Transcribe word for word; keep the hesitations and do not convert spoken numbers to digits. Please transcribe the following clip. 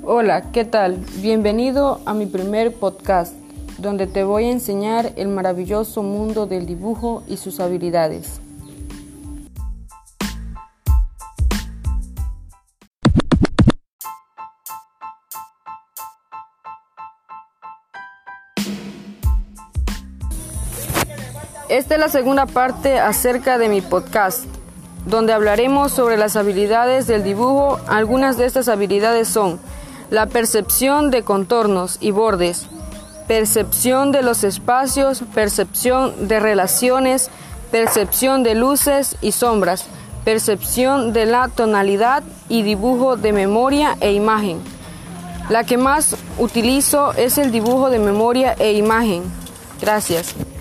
Hola, ¿qué tal? Bienvenido a mi primer podcast, donde te voy a enseñar el maravilloso mundo del dibujo y sus habilidades. Esta es la segunda parte acerca de mi podcast, donde hablaremos sobre las habilidades del dibujo. Algunas de estas habilidades son la percepción de contornos y bordes, percepción de los espacios, percepción de relaciones, percepción de luces y sombras, percepción de la tonalidad y dibujo de memoria e imagen. La que más utilizo es el dibujo de memoria e imagen. Gracias.